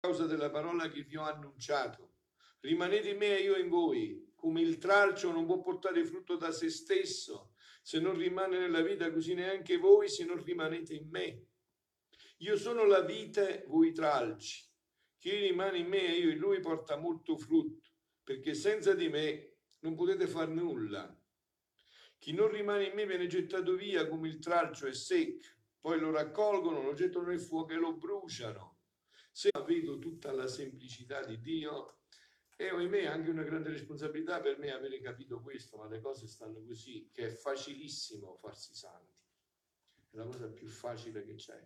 causa della parola che vi ho annunciato. Rimanete in me e io in voi, come il tralcio non può portare frutto da se stesso, se non rimane nella vita, così neanche voi se non rimanete in me. Io sono la vite, voi tralci. Chi rimane in me e io in lui porta molto frutto, perché senza di me non potete far nulla. Chi non rimane in me viene gettato via come il tralcio è secco, poi lo raccolgono, lo gettano nel fuoco e lo bruciano. Se vedo tutta la semplicità di Dio, e ahimè anche una grande responsabilità per me avere capito questo, ma le cose stanno così, che è facilissimo farsi santi. È la cosa più facile che c'è.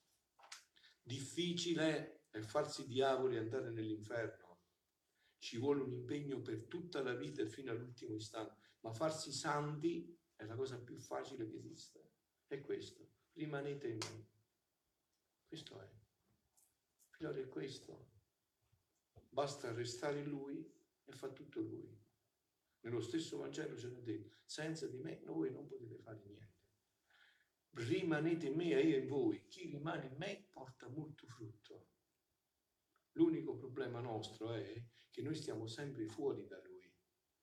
Difficile è farsi diavoli e andare nell'inferno. Ci vuole un impegno per tutta la vita e fino all'ultimo istante, ma farsi santi è la cosa più facile che esista. È questo, rimanete in me. Questo è. Figlioli, è questo. Basta restare in lui e fa tutto lui. Nello stesso Vangelo ce l'ha detto, senza di me voi non potete fare niente. Rimanete in me e io in voi. Chi rimane in me porta molto frutto. L'unico problema nostro è che noi stiamo sempre fuori da lui.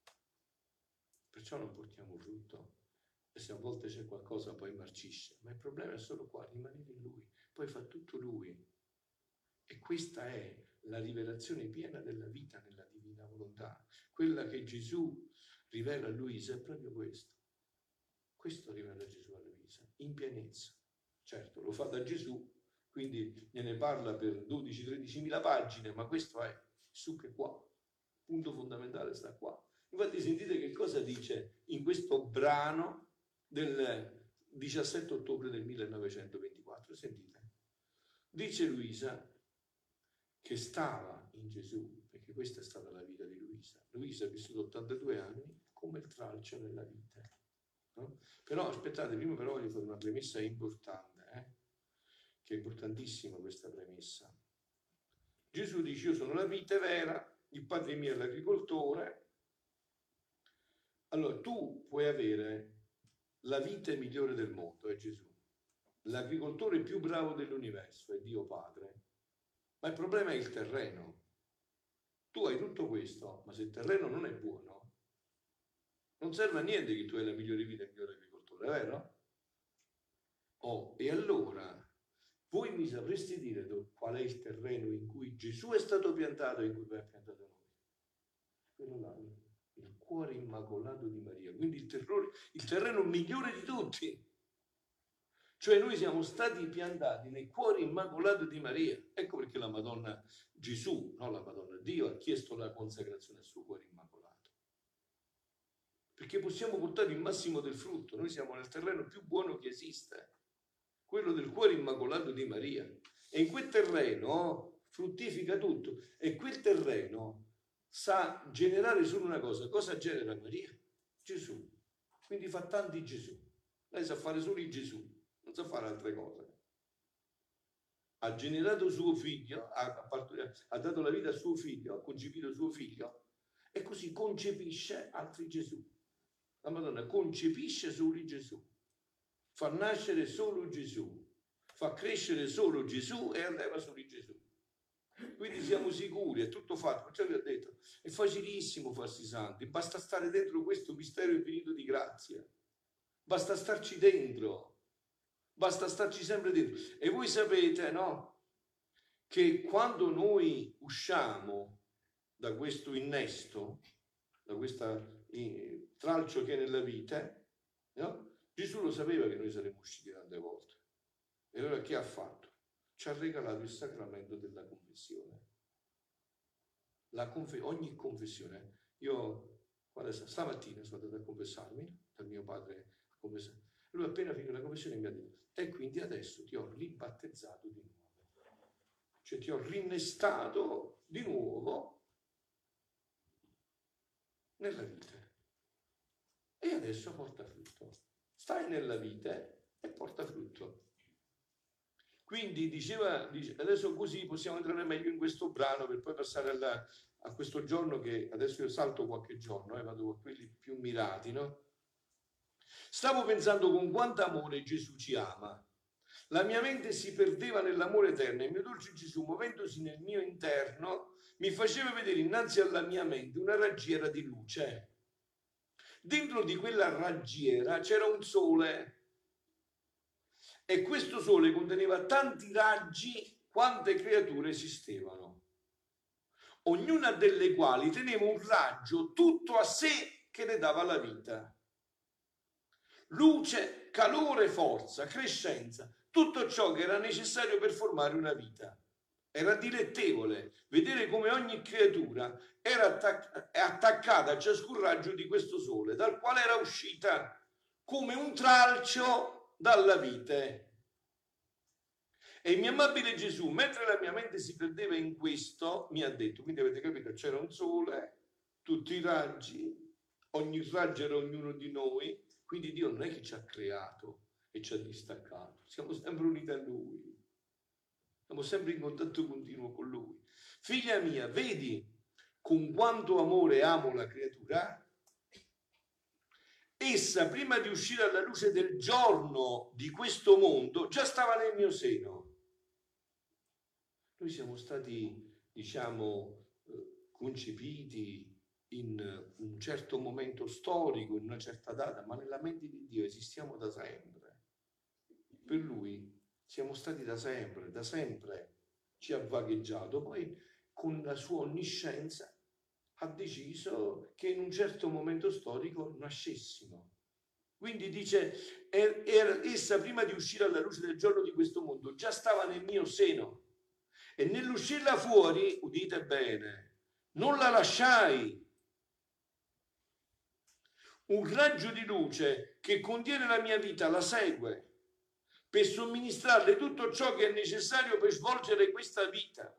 Perciò non portiamo frutto. E se a volte c'è qualcosa poi marcisce. Ma il problema è solo qua, rimanere in lui. Poi fa tutto lui. E questa è la rivelazione piena della vita nella divina volontà. Quella che Gesù rivela a Luisa è proprio questo. Questo rivela Gesù a Luisa, in pienezza. Certo, lo fa da Gesù, quindi gliene parla per 12-13 mila pagine, ma questo è su che qua. Il punto fondamentale sta qua. Infatti sentite che cosa dice in questo brano del 17 ottobre del 1924. Sentite. Dice Luisa che stava in Gesù, perché questa è stata la vita di Luisa. Luisa ha vissuto 82 anni come il tralcio nella vita. No? Però aspettate, prima però voglio fare una premessa importante, che è importantissima questa premessa. Gesù dice: io sono la vite vera, il padre mio è l'agricoltore. Allora tu puoi avere la vite migliore del mondo, è Gesù. L'agricoltore più bravo dell'universo è Dio Padre. Ma il problema è il terreno. Tu hai tutto questo, ma se il terreno non è buono, non serve a niente che tu hai la migliore vita e il migliore agricoltore, vero? Oh, e allora, voi mi sapreste dire qual è il terreno in cui Gesù è stato piantato e in cui poi ha piantato noi? Quello là, il cuore immacolato di Maria, quindi il terreno migliore di tutti. Cioè noi siamo stati piantati nel cuore immacolato di Maria. Ecco perché la Madonna Gesù, no la Madonna Dio, ha chiesto la consacrazione al suo cuore immacolato. Perché possiamo portare il massimo del frutto. Noi siamo nel terreno più buono che esiste, quello del cuore immacolato di Maria. E in quel terreno fruttifica tutto. E quel terreno sa generare solo una cosa. Cosa genera Maria? Gesù. Quindi fa tanti Gesù. Lei sa fare solo il Gesù. Non sa fare altre cose. Ha generato suo figlio, ha dato la vita a suo figlio, ha concepito suo figlio e così concepisce altri Gesù. La Madonna concepisce solo Gesù, fa nascere solo Gesù, fa crescere solo Gesù e alleva solo Gesù. Quindi siamo sicuri, è tutto fatto. Perciò vi ho detto, è facilissimo farsi santi, basta stare dentro questo mistero infinito di grazia, basta starci dentro. Basta starci sempre dentro. E voi sapete, no? Che quando noi usciamo da questo innesto, da questo tralcio che è nella vita, no? Gesù lo sapeva che noi saremmo usciti tante volte. E allora che ha fatto? Ci ha regalato il sacramento della confessione. Ogni confessione. Io stamattina sono andato a confessarmi dal mio padre a confessare. Lui appena finito la confessione mi ha detto: e quindi adesso ti ho ribattezzato di nuovo, cioè ti ho rinnestato di nuovo nella vita e adesso porta frutto. Stai nella vita e porta frutto. Quindi dice, adesso così possiamo entrare meglio in questo brano per poi passare a questo giorno, che adesso io salto qualche giorno e vado a quelli più mirati, no? Stavo pensando con quanto amore Gesù ci ama. La mia mente si perdeva nell'amore eterno e il mio dolce Gesù, muovendosi nel mio interno, mi faceva vedere innanzi alla mia mente una raggiera di luce. Dentro di quella raggiera c'era un sole e questo sole conteneva tanti raggi quante creature esistevano, ognuna delle quali teneva un raggio tutto a sé che le dava la vita. Luce, calore, forza, crescenza, tutto ciò che era necessario per formare una vita. Era dilettevole vedere come ogni creatura era attaccata a ciascun raggio di questo sole, dal quale era uscita come un tralcio dalla vite. E il mio amabile Gesù, mentre la mia mente si perdeva in questo, mi ha detto, quindi avete capito, c'era un sole, tutti i raggi, ogni raggio era ognuno di noi, quindi Dio non è che ci ha creato e ci ha distaccato, siamo sempre uniti a Lui, siamo sempre in contatto continuo con Lui. Figlia mia, vedi con quanto amore amo la creatura? Essa, prima di uscire alla luce del giorno di questo mondo, già stava nel mio seno. Noi siamo stati, diciamo, concepiti in un certo momento storico, in una certa data, ma nella mente di Dio esistiamo da sempre. Per Lui siamo stati da sempre ci ha vagheggiato, poi con la sua onniscienza ha deciso che in un certo momento storico nascessimo. Quindi dice, essa prima di uscire alla luce del giorno di questo mondo già stava nel mio seno e nell'uscirla fuori, udite bene, non la lasciai. Un raggio di luce che contiene la mia vita la segue per somministrarle tutto ciò che è necessario per svolgere questa vita.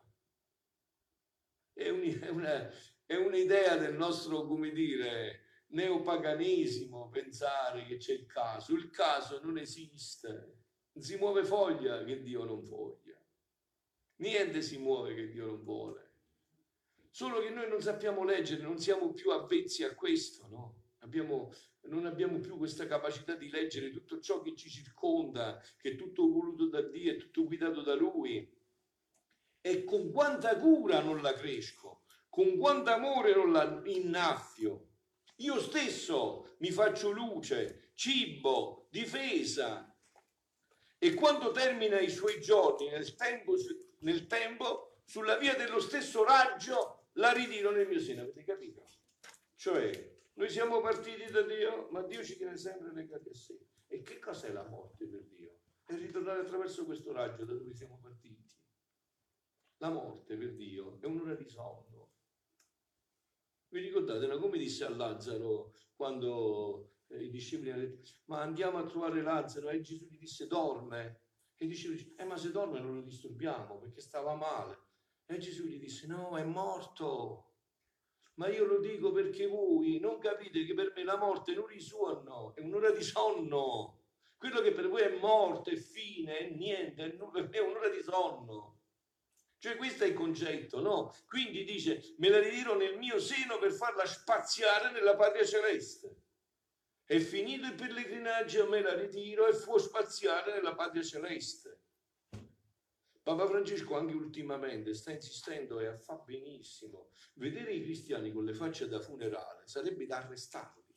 È un'idea del nostro, come dire, neopaganesimo pensare che c'è il caso. Il caso non esiste, non si muove foglia che Dio non voglia, niente si muove che Dio non vuole, solo che noi non sappiamo leggere, non siamo più avvezzi a questo, no? Non abbiamo più questa capacità di leggere tutto ciò che ci circonda, che è tutto voluto da Dio, è tutto guidato da Lui. E con quanta cura non la cresco, con quanto amore non la innaffio. Io stesso mi faccio luce, cibo, difesa. E quando termina i suoi giorni nel tempo, sulla via dello stesso raggio, la ritiro nel mio seno. Avete capito? Cioè, noi siamo partiti da Dio, ma Dio ci tiene sempre legati a sé. E che cos'è la morte per Dio? È ritornare attraverso questo raggio da dove siamo partiti. La morte per Dio è un'ora di sonno. Vi ricordate, no? Come disse a Lazzaro quando i discepoli hanno detto, ma andiamo a trovare Lazzaro, e Gesù gli disse dorme. E i discepoli, ma se dorme non lo disturbiamo perché stava male. E Gesù gli disse, no, è morto. Ma io lo dico perché voi non capite che per me la morte è un'ora di sonno, è un'ora di sonno. Quello che per voi è morte, è fine, è niente, per me è un'ora di sonno. Cioè questo è il concetto, no? Quindi dice, me la ritiro nel mio seno per farla spaziare nella patria celeste. È finito il pellegrinaggio, me la ritiro e può spaziare nella patria celeste. Papa Francesco anche ultimamente sta insistendo e fa benissimo. Vedere i cristiani con le facce da funerale sarebbe da arrestarli.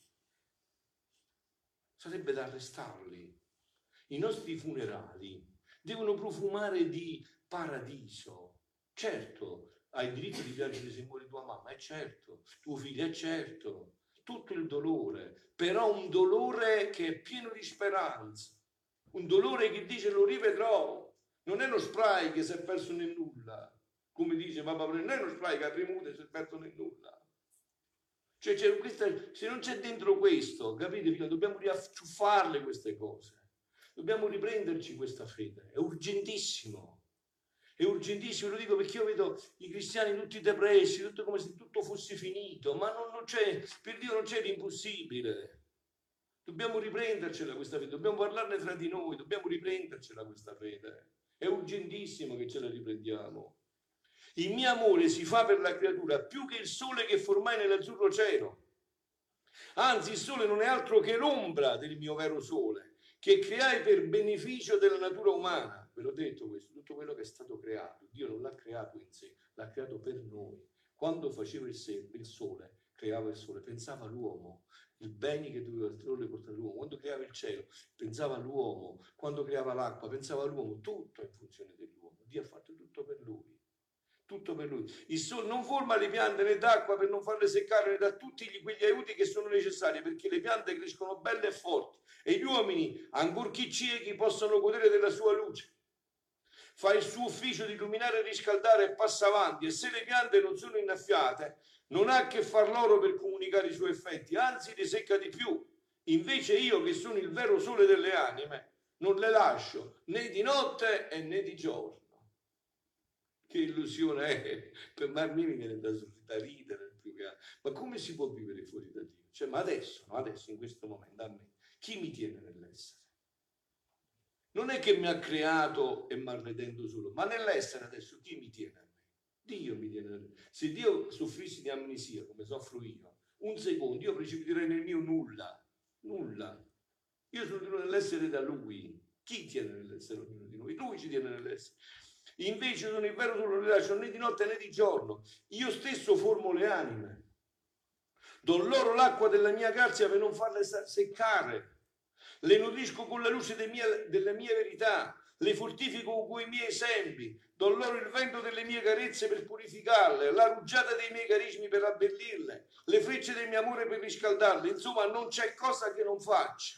Sarebbe da arrestarli. I nostri funerali devono profumare di paradiso. Certo, hai il diritto di piangere se muore tua mamma, è certo, tuo figlio, è certo, tutto il dolore, però un dolore che è pieno di speranza, un dolore che dice lo rivedrò, non è lo spray che si è perso nel nulla, come dice Papa, non è lo spray che ha premuto e si è perso nel nulla. Cioè, se non c'è dentro questo, capite? Dobbiamo riacciuffarle queste cose. Dobbiamo riprenderci questa fede, è urgentissimo, lo dico perché io vedo i cristiani tutti depressi, tutto come se tutto fosse finito, ma non c'è, per Dio non c'è l'impossibile. Dobbiamo riprendercela questa fede, dobbiamo parlarne tra di noi, dobbiamo riprendercela questa fede, è urgentissimo che ce la riprendiamo. Il mio amore si fa per la creatura più che il sole che formai nell'azzurro cielo. Anzi, il sole non è altro che l'ombra del mio vero sole, che creai per beneficio della natura umana. Ve l'ho detto questo, tutto quello che è stato creato, Dio non l'ha creato in sé, l'ha creato per noi. Quando faceva il sole, creava il sole, pensava all'uomo, i beni che doveva portare all'uomo. Quando creava il cielo, pensava all'uomo. Quando creava l'acqua, pensava all'uomo. Tutto in funzione dell'uomo. Dio ha fatto tutto per lui. Tutto per lui. Il sole non forma le piante né d'acqua per non farle seccare, né dà tutti quegli aiuti che sono necessari perché le piante crescono belle e forti e gli uomini, ancorché ciechi, possono godere della sua luce. Fa il suo ufficio di illuminare e riscaldare e passa avanti, e se le piante non sono innaffiate, non ha che far loro per comunicare i suoi effetti, anzi li secca di più. Invece io, che sono il vero sole delle anime, non le lascio né di notte né di giorno. Che illusione è? Per me mi viene da ridere più che altro. Ma come si può vivere fuori da Dio? Cioè, ma adesso, in questo momento, a me, chi mi tiene nell'essere? Non è che mi ha creato e mi arredendo solo, ma nell'essere adesso chi mi tiene a me? Dio mi tiene a me. Se Dio soffrissi di amnesia, come soffro io, un secondo, io precipiterei nel mio nulla. Nulla. Io sono nell'essere da Lui. Chi tiene nell'essere ognuno di noi? Lui ci tiene nell'essere. Invece sono il vero sole, non le lascio né di notte né di giorno. Io stesso formo le anime. Do loro l'acqua della mia grazia per non farle seccare. Le nutrisco con la luce delle mie verità, le fortifico con i miei esempi, do loro il vento delle mie carezze per purificarle, la rugiada dei miei carismi per abbellirle, le frecce del mio amore per riscaldarle. Insomma, non c'è cosa che non faccia.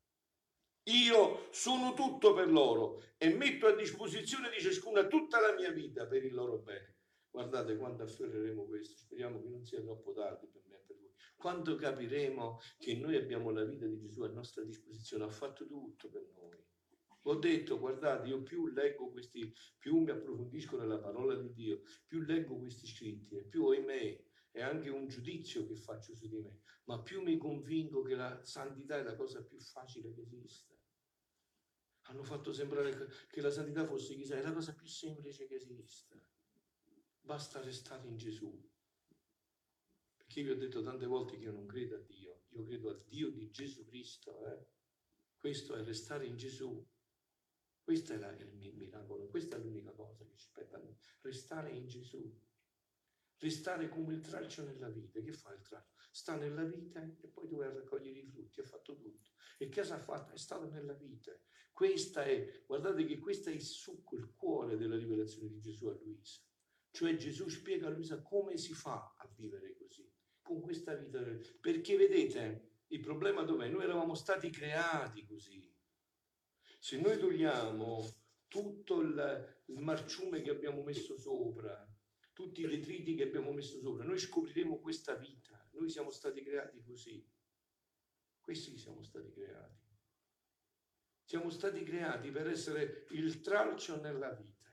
Io sono tutto per loro e metto a disposizione di ciascuna tutta la mia vita per il loro bene. Guardate quando afferreremo questo, speriamo che non sia troppo tardi per me e per voi. Quando capiremo che noi abbiamo la vita di Gesù a nostra disposizione, ha fatto tutto per noi. Ho detto, guardate, io più leggo questi, più mi approfondisco nella parola di Dio, più leggo questi scritti e più, ohimè, è anche un giudizio che faccio su di me, ma più mi convinco che la santità è la cosa più facile che esista. Hanno fatto sembrare che la santità fosse chissà, è la cosa più semplice che esista. Basta restare in Gesù. Perché vi ho detto tante volte che io non credo a Dio, io credo al Dio di Gesù Cristo. Questo è restare in Gesù. Questo è il miracolo, questa è l'unica cosa che ci aspetta a noi. Restare in Gesù. Restare come il tralcio nella vite. Che fa il tralcio? Sta nella vite e poi doveva raccogliere i frutti, ha fatto tutto. E che cosa ha fatto? È stato nella vite. Questa è, guardate che questo è il succo, il cuore della rivelazione di Gesù a Luisa. Cioè Gesù spiega a Luisa come si fa a vivere così, con questa vita. Perché vedete, il problema dov'è? Noi eravamo stati creati così. Se noi togliamo tutto il marciume che abbiamo messo sopra, tutti i detriti che abbiamo messo sopra, noi scopriremo questa vita. Noi siamo stati creati così. Questi siamo stati creati. Siamo stati creati per essere il tralcio nella vita.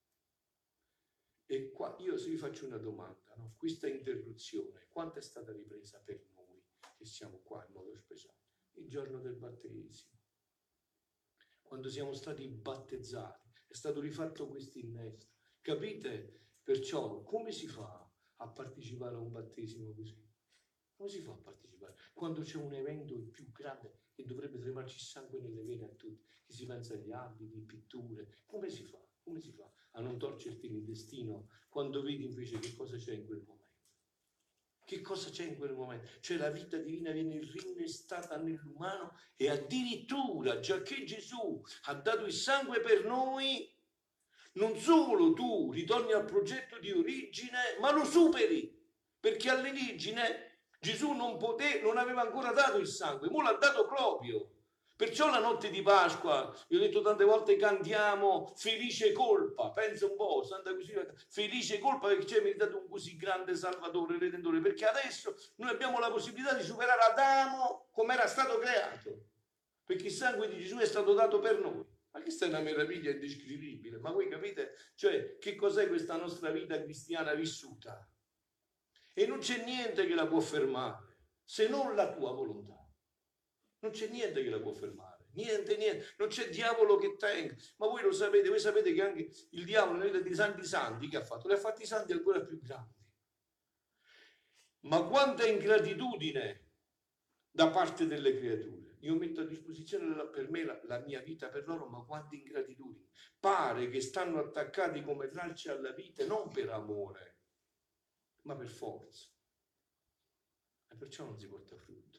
E qua io se vi faccio una domanda, no? Questa interruzione, quanto è stata ripresa per noi che siamo qua in modo speciale? Il giorno del battesimo. Quando siamo stati battezzati, è stato rifatto questo innesto. Capite? Perciò come si fa a partecipare a un battesimo così? Come si fa a partecipare? Quando c'è un evento più grande che dovrebbe tremarci il sangue nelle vene a tutti, che si pensa agli abiti, pitture, come si fa? Come si fa a non torcerti l'intestino quando vedi invece che cosa c'è in quel momento? Che cosa c'è in quel momento? Cioè la vita divina viene rinnestata nell'umano e addirittura, giacché Gesù ha dato il sangue per noi, non solo tu ritorni al progetto di origine, ma lo superi, perché all'origine Gesù non aveva ancora dato il sangue, ma l'ha dato proprio. Perciò la notte di Pasqua, io ho detto tante volte, cantiamo felice colpa, pensa un po', Santa Cristina, felice colpa perché ci hai meritato un così grande Salvatore, Redentore, perché adesso noi abbiamo la possibilità di superare Adamo come era stato creato, perché il sangue di Gesù è stato dato per noi. Ma questa è una meraviglia indescrivibile, ma voi capite? Cioè, che cos'è questa nostra vita cristiana vissuta? E non c'è niente che la può fermare, se non la tua volontà. Non c'è niente che la può fermare, niente, non c'è diavolo che tenga. Ma voi lo sapete, voi sapete che anche il diavolo nella vita di santi che ha fatto? Li ha fatti santi ancora più grandi. Ma quanta ingratitudine da parte delle creature. io metto a disposizione per me la mia vita per loro, ma quanta ingratitudine. Pare che stanno attaccati come tralci alla vite non per amore, ma per forza. E perciò non si porta frutto.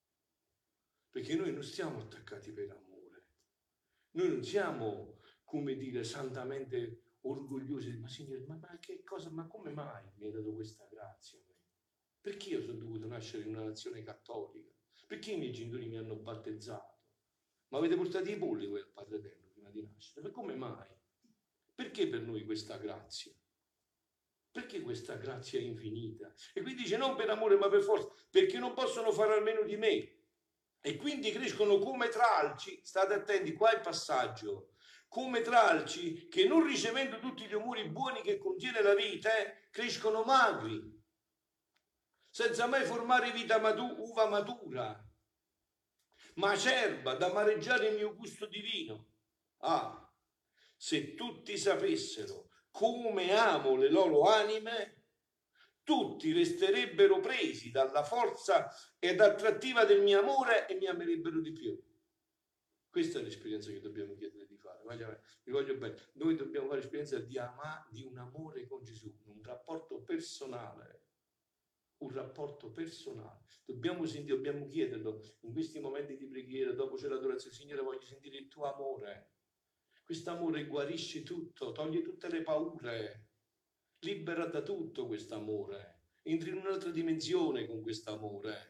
Perché noi non stiamo attaccati per amore. Noi non siamo, come dire, santamente orgogliosi. Ma Signore, ma che cosa, ma come mai mi hai dato questa grazia? Perché io sono dovuto nascere in una nazione cattolica? Perché i miei genitori mi hanno battezzato? Ma avete portato i polli voi al Padre Eterno prima di nascere? Ma come mai? Perché per noi questa grazia? Perché questa grazia è infinita? E quindi dice non per amore ma per forza, perché non possono fare almeno di me. E quindi crescono come tralci, state attenti, qua è il passaggio, come tralci che non ricevendo tutti gli umori buoni che contiene la vita, crescono magri, senza mai formare uva matura, ma acerba da mareggiare il mio gusto divino. Ah, se tutti sapessero come amo le loro anime, tutti resterebbero presi dalla forza ed attrattiva del mio amore e mi amerebbero di più. Questa è l'esperienza che dobbiamo chiedere di fare. Vi voglio bene. Noi dobbiamo fare l'esperienza di un amore con Gesù, un rapporto personale. Un rapporto personale. Dobbiamo chiederlo in questi momenti di preghiera, dopo c'è l'adorazione. Signore, voglio sentire il tuo amore. Questo amore guarisce tutto, toglie tutte le paure, libera da tutto questo amore. Entri in un'altra dimensione con questo amore.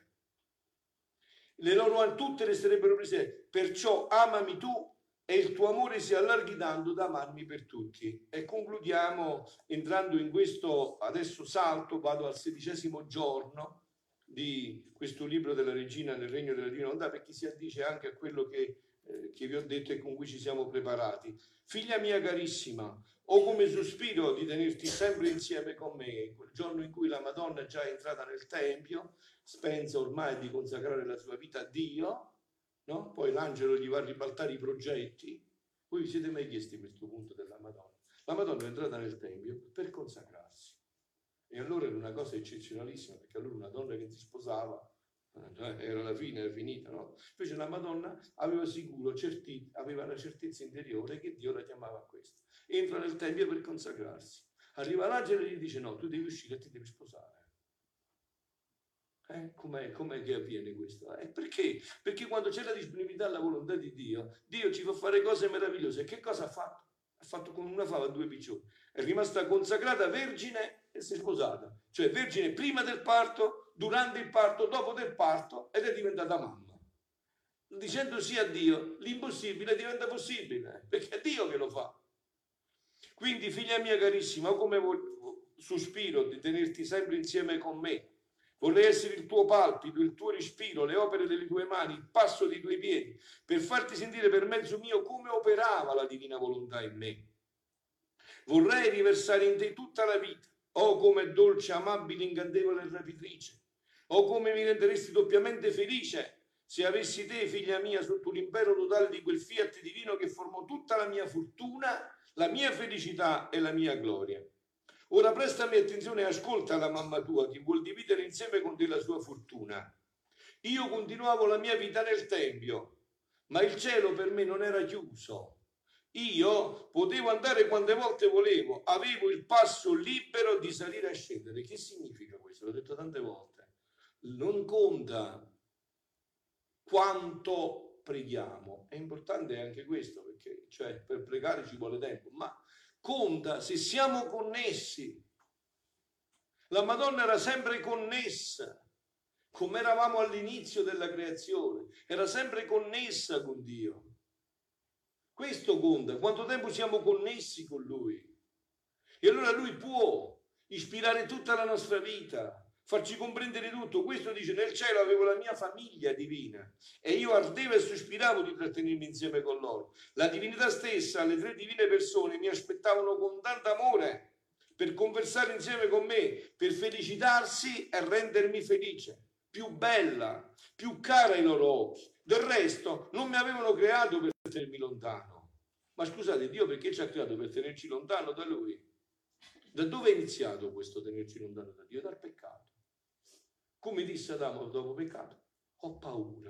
Le loro tutte resterebbero prese. Perciò amami tu e il tuo amore si allarghi tanto da amarmi per tutti. E concludiamo entrando in questo, adesso salto, vado al 16° giorno di questo libro della Regina nel Regno della Divina Volontà, perché si addice anche a quello che vi ho detto e con cui ci siamo preparati. Figlia mia carissima, o come sospiro di tenerti sempre insieme con me, quel giorno in cui la Madonna è già entrata nel Tempio, pensa ormai di consacrare la sua vita a Dio, no? Poi l'angelo gli va a ribaltare i progetti. Voi vi siete mai chiesti questo punto della Madonna? La Madonna è entrata nel Tempio per consacrarsi. E allora era una cosa eccezionalissima, perché allora una donna che si sposava era la fine, era finita, no? Invece la Madonna aveva aveva una certezza interiore che Dio la chiamava a questo. Entra nel Tempio per consacrarsi. Arriva l'angelo e gli dice no, tu devi uscire e ti devi sposare. Com'è che avviene questo? Perché? Perché quando c'è la disponibilità alla volontà di Dio, Dio ci fa fare cose meravigliose. Che cosa ha fatto? Ha fatto come una fava 2 piccioni. È rimasta consacrata vergine e si è sposata. Cioè vergine prima del parto, durante il parto, dopo del parto ed è diventata mamma. Dicendo sì a Dio, l'impossibile diventa possibile, perché è Dio che lo fa. Quindi figlia mia carissima, come sospiro di tenerti sempre insieme con me. Vorrei essere il tuo palpito, il tuo respiro, le opere delle tue mani, il passo dei tuoi piedi, per farti sentire per mezzo mio come operava la divina volontà in me. Vorrei riversare in te tutta la vita, oh come dolce, amabile, incantevole e rapitrice, oh come mi renderesti doppiamente felice se avessi te, figlia mia, sotto l'impero totale di quel fiat divino che formò tutta la mia fortuna, la mia felicità e la mia gloria. Ora prestami attenzione e ascolta la mamma tua che vuol dividere insieme con te la sua fortuna. Io continuavo la mia vita nel Tempio, ma il cielo per me non era chiuso. Io potevo andare quante volte volevo, avevo il passo libero di salire e scendere. Che significa questo? L'ho detto tante volte. Non conta quanto preghiamo, è importante anche questo, perché cioè, per pregare ci vuole tempo, ma conta se siamo connessi. La Madonna era sempre connessa, come eravamo all'inizio della creazione, era sempre connessa con Dio. Questo conta, quanto tempo siamo connessi con Lui. E allora Lui può ispirare tutta la nostra vita, farci comprendere tutto. Questo dice, nel cielo avevo la mia famiglia divina e io ardevo e sospiravo di trattenermi insieme con loro. La divinità stessa, le 3 divine persone mi aspettavano con tanto amore per conversare insieme con me, per felicitarsi e rendermi felice, più bella, più cara ai loro occhi. Del resto non mi avevano creato per tenermi lontano. Ma scusate, Dio perché ci ha creato per tenerci lontano da Lui? Da dove è iniziato questo tenerci lontano da Dio? Dal peccato. Come disse Adamo dopo peccato, ho paura.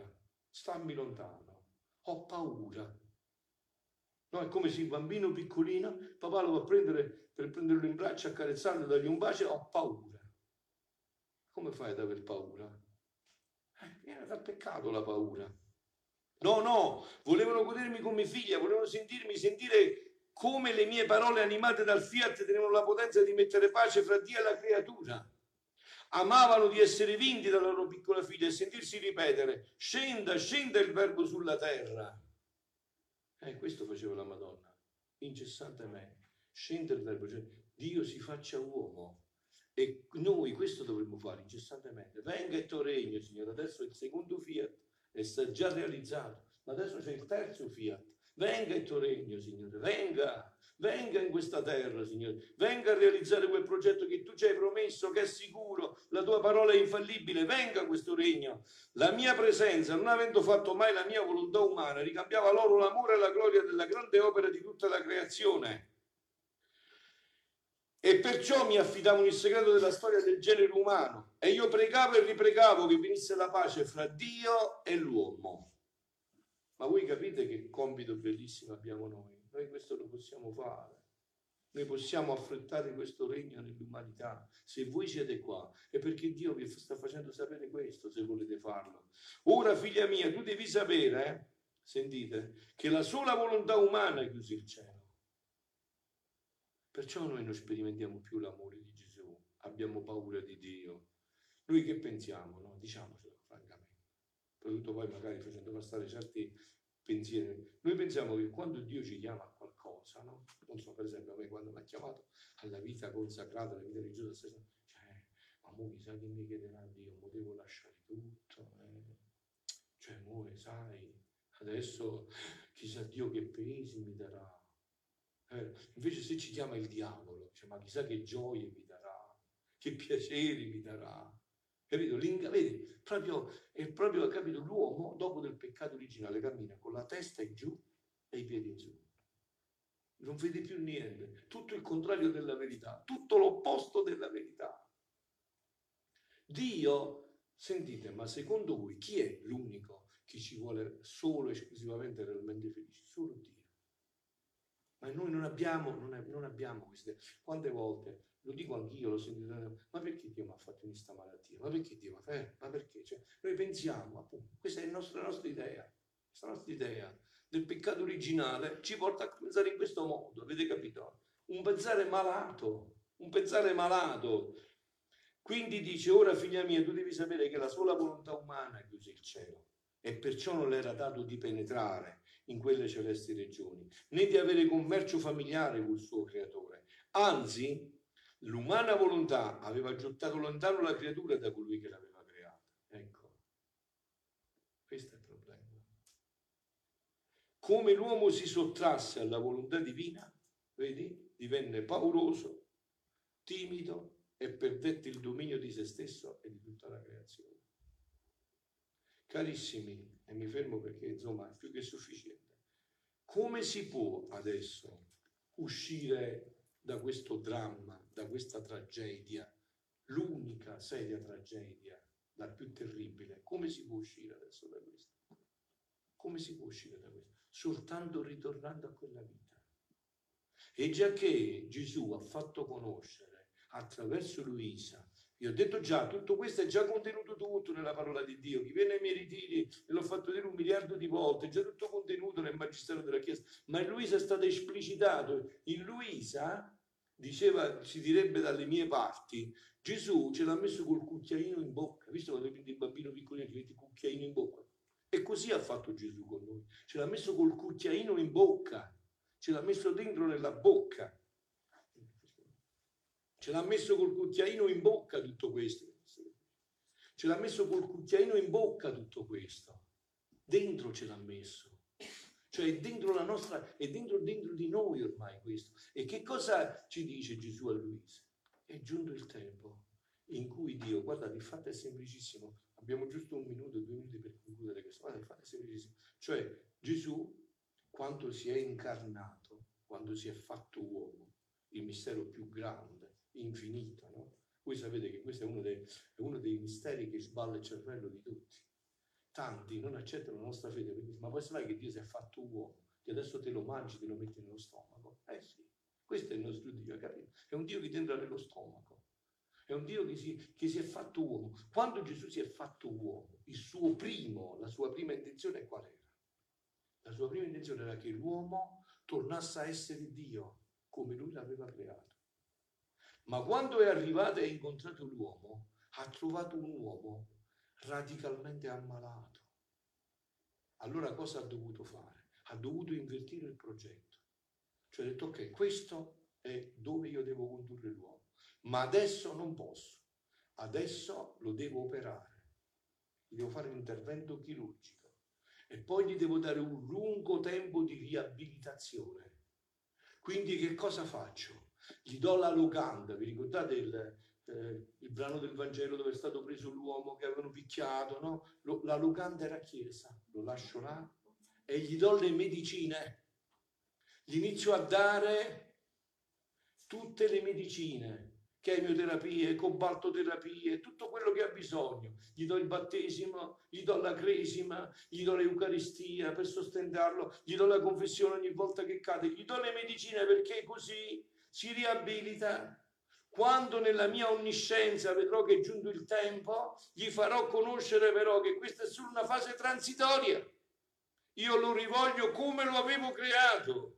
stammi lontano, ho paura. No, è come se il bambino piccolino, papà lo va a prendere per prenderlo in braccio, accarezzarlo, dargli un bacio, ho paura. Come fai ad aver paura? Viene dal peccato la paura. No, volevano godermi come figlia, volevano sentire come le mie parole animate dal fiat tenevano la potenza di mettere pace fra Dio e la creatura. Amavano di essere vinti dalla loro piccola figlia e sentirsi ripetere: scenda, scenda il verbo sulla terra. Questo faceva la Madonna, incessantemente. Scende il verbo, cioè Dio si faccia uomo. E noi questo dovremmo fare incessantemente. Venga il tuo regno, Signore. Adesso è il secondo fiat e sta già realizzato, ma adesso c'è il terzo fiat. Venga il tuo regno, Signore. Venga in questa terra, Signore. Venga a realizzare quel progetto che tu ci hai promesso, che è sicuro. La tua parola è infallibile. Venga questo regno. La mia presenza, non avendo fatto mai la mia volontà umana, ricambiava loro l'amore e la gloria della grande opera di tutta la creazione. E perciò mi affidavano il segreto della storia del genere umano e io pregavo e ripregavo che venisse la pace fra Dio e l'uomo. Ma voi capite che compito bellissimo abbiamo noi? Noi questo lo possiamo fare. Noi possiamo affrettare questo regno nell'umanità. Se voi siete qua è perché Dio vi sta facendo sapere questo, se volete farlo. Ora, figlia mia, tu devi sapere, sentite, che la sola volontà umana ha chiuso il cielo. Perciò noi non sperimentiamo più l'amore di Gesù, abbiamo paura di Dio. Noi che pensiamo, no? Diciamocelo francamente, soprattutto poi magari facendo passare certi pensieri. Noi pensiamo che quando Dio ci chiama a qualcosa, no? Non so, per esempio, a me quando mi ha chiamato alla vita consacrata, alla vita religiosa, ma mo mi sa che mi chiederà Dio, mo devo lasciare tutto, cioè mo sai, adesso chissà Dio che pesi mi darà. Invece se ci chiama il diavolo, cioè, ma chissà che gioie mi darà, che piaceri mi darà, capito? Vedi, è proprio, capito, l'uomo dopo del peccato originale cammina con la testa in giù e i piedi in su, non vede più niente, tutto il contrario della verità, tutto l'opposto della verità. Dio, sentite, ma secondo voi chi è l'unico che ci vuole solo, esclusivamente, realmente felici? Solo Dio. Ma noi non abbiamo queste. Quante volte, lo dico anch'io, l'ho sentito, ma perché Dio mi ha fatto questa malattia? Ma perché Dio mi ha ma perché? Cioè, noi pensiamo, appunto, questa è la nostra idea, questa nostra idea del peccato originale ci porta a pensare in questo modo, avete capito? Un pensare malato. Quindi dice, ora figlia mia, tu devi sapere che la sola volontà umana chiuse il cielo e perciò non le era dato di penetrare in quelle celesti regioni, né di avere commercio familiare col suo creatore. Anzi, l'umana volontà aveva gettato lontano la creatura da colui che l'aveva creata. Ecco, questo è il problema. Come l'uomo si sottrasse alla volontà divina, vedi, divenne pauroso, timido e perdette il dominio di se stesso e di tutta la creazione. Carissimi, e mi fermo perché insomma è più che sufficiente, come si può adesso uscire da questo dramma, da questa tragedia, l'unica seria tragedia, la più terribile? Come si può uscire adesso da questo? Come si può uscire da questo? Soltanto ritornando a quella vita. E già che Gesù ha fatto conoscere attraverso Luisa, io ho detto già, tutto questo è già contenuto tutto nella parola di Dio. Chi viene ai miei ritiri, e l'ho fatto dire 1 miliardo di volte, è già tutto contenuto nel Magistero della Chiesa, ma in Luisa è stato esplicitato. In Luisa, diceva, si direbbe dalle mie parti, Gesù ce l'ha messo col cucchiaino in bocca, visto quando prendi il bambino piccolino ti metti il cucchiaino in bocca? E così ha fatto Gesù con noi, ce l'ha messo col cucchiaino in bocca, ce l'ha messo dentro nella bocca. Ce l'ha messo col cucchiaino in bocca tutto questo. Ce l'ha messo col cucchiaino in bocca tutto questo. Dentro ce l'ha messo. Cioè è dentro la nostra, è dentro di noi ormai questo. E che cosa ci dice Gesù a Luisa? È giunto il tempo in cui Dio, guardate, il fatto è semplicissimo. Abbiamo giusto 1 minuto, 2 minuti per concludere questo. Guardate, il fatto è semplicissimo. Cioè Gesù, quando si è incarnato, quando si è fatto uomo, il mistero più grande, infinito, no? Voi sapete che questo è uno dei misteri che sballa il cervello di tutti. tanti non accettano la nostra fede perché dicono, ma poi sai che Dio si è fatto uomo e adesso te lo mangi, te lo metti nello stomaco? Sì, questo è il nostro Dio, capito? È un Dio che ti entra nello stomaco, è un Dio che si è fatto uomo. Quando Gesù si è fatto uomo, la sua prima intenzione qual era? La sua prima intenzione era che l'uomo tornasse a essere Dio come lui l'aveva creato. Ma quando è arrivato e ha incontrato l'uomo, ha trovato un uomo radicalmente ammalato. Allora cosa ha dovuto fare? Ha dovuto invertire il progetto. Cioè ha detto, ok, questo è dove io devo condurre l'uomo, ma adesso non posso. Adesso lo devo operare. Gli devo fare un intervento chirurgico. E poi gli devo dare un lungo tempo di riabilitazione. Quindi che cosa faccio? Gli do la locanda, vi ricordate il brano del Vangelo dove è stato preso l'uomo che avevano picchiato, no? La locanda era chiesa, lo lascio là e gli do le medicine. Gli inizio a dare tutte le medicine, chemioterapie, cobaltoterapie, tutto quello che ha bisogno. Gli do il battesimo, gli do la cresima, gli do l'Eucaristia per sostentarlo, gli do la confessione ogni volta che cade, gli do le medicine perché così si riabilita. Quando nella mia onniscienza vedrò che è giunto il tempo, gli farò conoscere però che questa è solo una fase transitoria. Io lo rivoglio come lo avevo creato.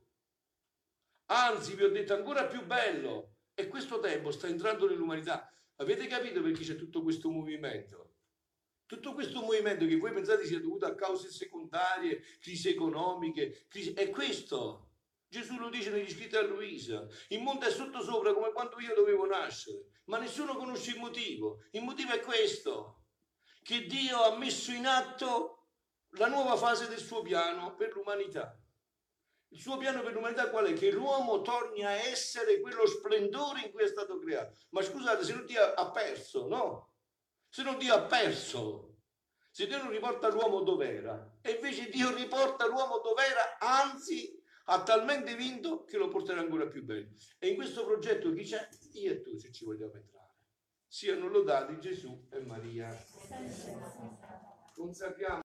Anzi, vi ho detto ancora più bello, e questo tempo sta entrando nell'umanità. Avete capito perché c'è tutto questo movimento? Tutto questo movimento che voi pensate sia dovuto a cause secondarie, crisi economiche, è questo. Gesù lo dice negli scritti a Luisa. Il mondo è sottosopra come quando io dovevo nascere, ma nessuno conosce il motivo. Il motivo è questo, che Dio ha messo in atto la nuova fase del suo piano per l'umanità. Il suo piano per l'umanità qual è? Che l'uomo torni a essere quello splendore in cui è stato creato. Ma scusate, se non Dio ha perso, no? Se non Dio ha perso, se Dio non riporta l'uomo dov'era, e invece Dio riporta l'uomo dov'era, anzi ha talmente vinto che lo porterà ancora più bene. E in questo progetto chi c'è? Io e tu, se ci vogliamo entrare. Siano lodati Gesù e Maria. Consacriamo